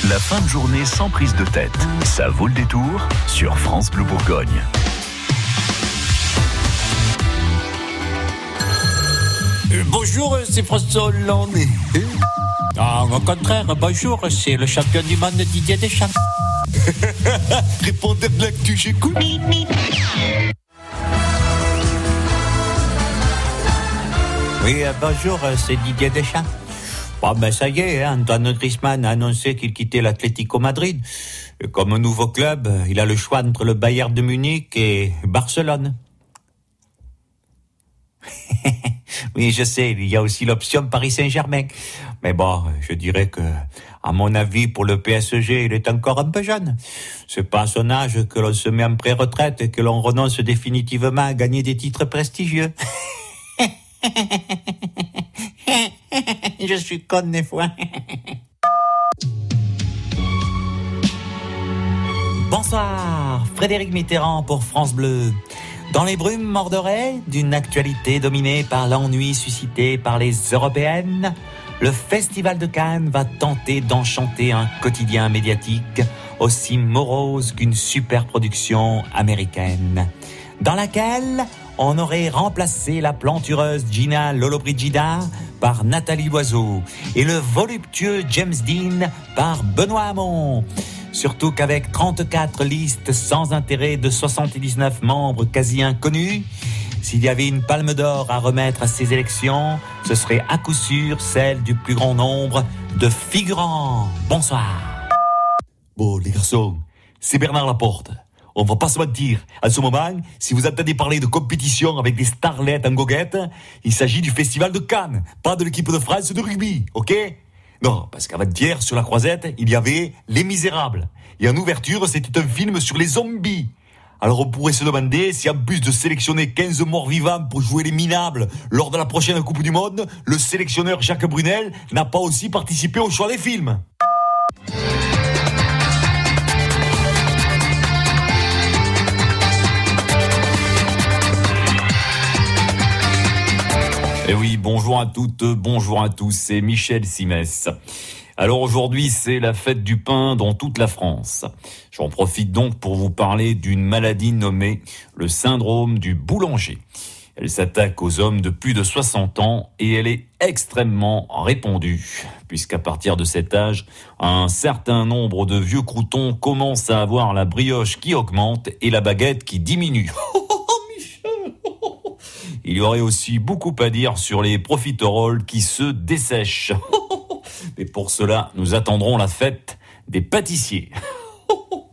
La fin de journée sans prise de tête. Ça vaut le détour sur France Bleu Bourgogne. Bonjour, c'est François Hollande. Au contraire, bonjour, c'est le champion du monde Didier Deschamps. Répondez de l'actu, j'écoute. Oui, bonjour, c'est Didier Deschamps. Bon, ben ça y est, Antoine Griezmann a annoncé qu'il quittait l'Atlético Madrid. Et comme nouveau club, il a le choix entre le Bayern de Munich et Barcelone. Oui, je sais, il y a aussi l'option Paris Saint-Germain. Mais bon, je dirais que, à mon avis, pour le PSG, il est encore un peu jeune. C'est pas à son âge que l'on se met en pré-retraite et que l'on renonce définitivement à gagner des titres prestigieux. Je suis conne des fois. Bonsoir, Frédéric Mitterrand pour France Bleu. Dans les brumes mordorées d'une actualité dominée par l'ennui suscité par les européennes, le Festival de Cannes va tenter d'enchanter un quotidien médiatique aussi morose qu'une superproduction américaine, dans laquelle on aurait remplacé la plantureuse Gina Lollobrigida par Nathalie Loiseau et le voluptueux James Dean par Benoît Hamon. Surtout qu'avec 34 listes sans intérêt de 79 membres quasi inconnus, s'il y avait une palme d'or à remettre à ces élections, ce serait à coup sûr celle du plus grand nombre de figurants. Bonsoir. Bon, les garçons, c'est Bernard Laporte. On va pas se mentir. En ce moment, si vous entendez parler de compétition avec des starlettes en goguette, il s'agit du Festival de Cannes, pas de l'équipe de France de rugby, ok ? Non, parce qu'avant-hier, sur la Croisette, il y avait Les Misérables. Et en ouverture, c'était un film sur les zombies. Alors on pourrait se demander si en plus de sélectionner 15 morts vivants pour jouer les minables lors de la prochaine Coupe du Monde, le sélectionneur Jacques Brunel n'a pas aussi participé au choix des films. Et oui, bonjour à toutes, bonjour à tous, c'est Michel Simès. Alors aujourd'hui, c'est la fête du pain dans toute la France. J'en profite donc pour vous parler d'une maladie nommée le syndrome du boulanger. Elle s'attaque aux hommes de plus de 60 ans et elle est extrêmement répandue, puisqu'à partir de cet âge, un certain nombre de vieux croutons commencent à avoir la brioche qui augmente et la baguette qui diminue. Il y aurait aussi beaucoup à dire sur les profiteroles qui se dessèchent. Mais pour cela, nous attendrons la fête des pâtissiers.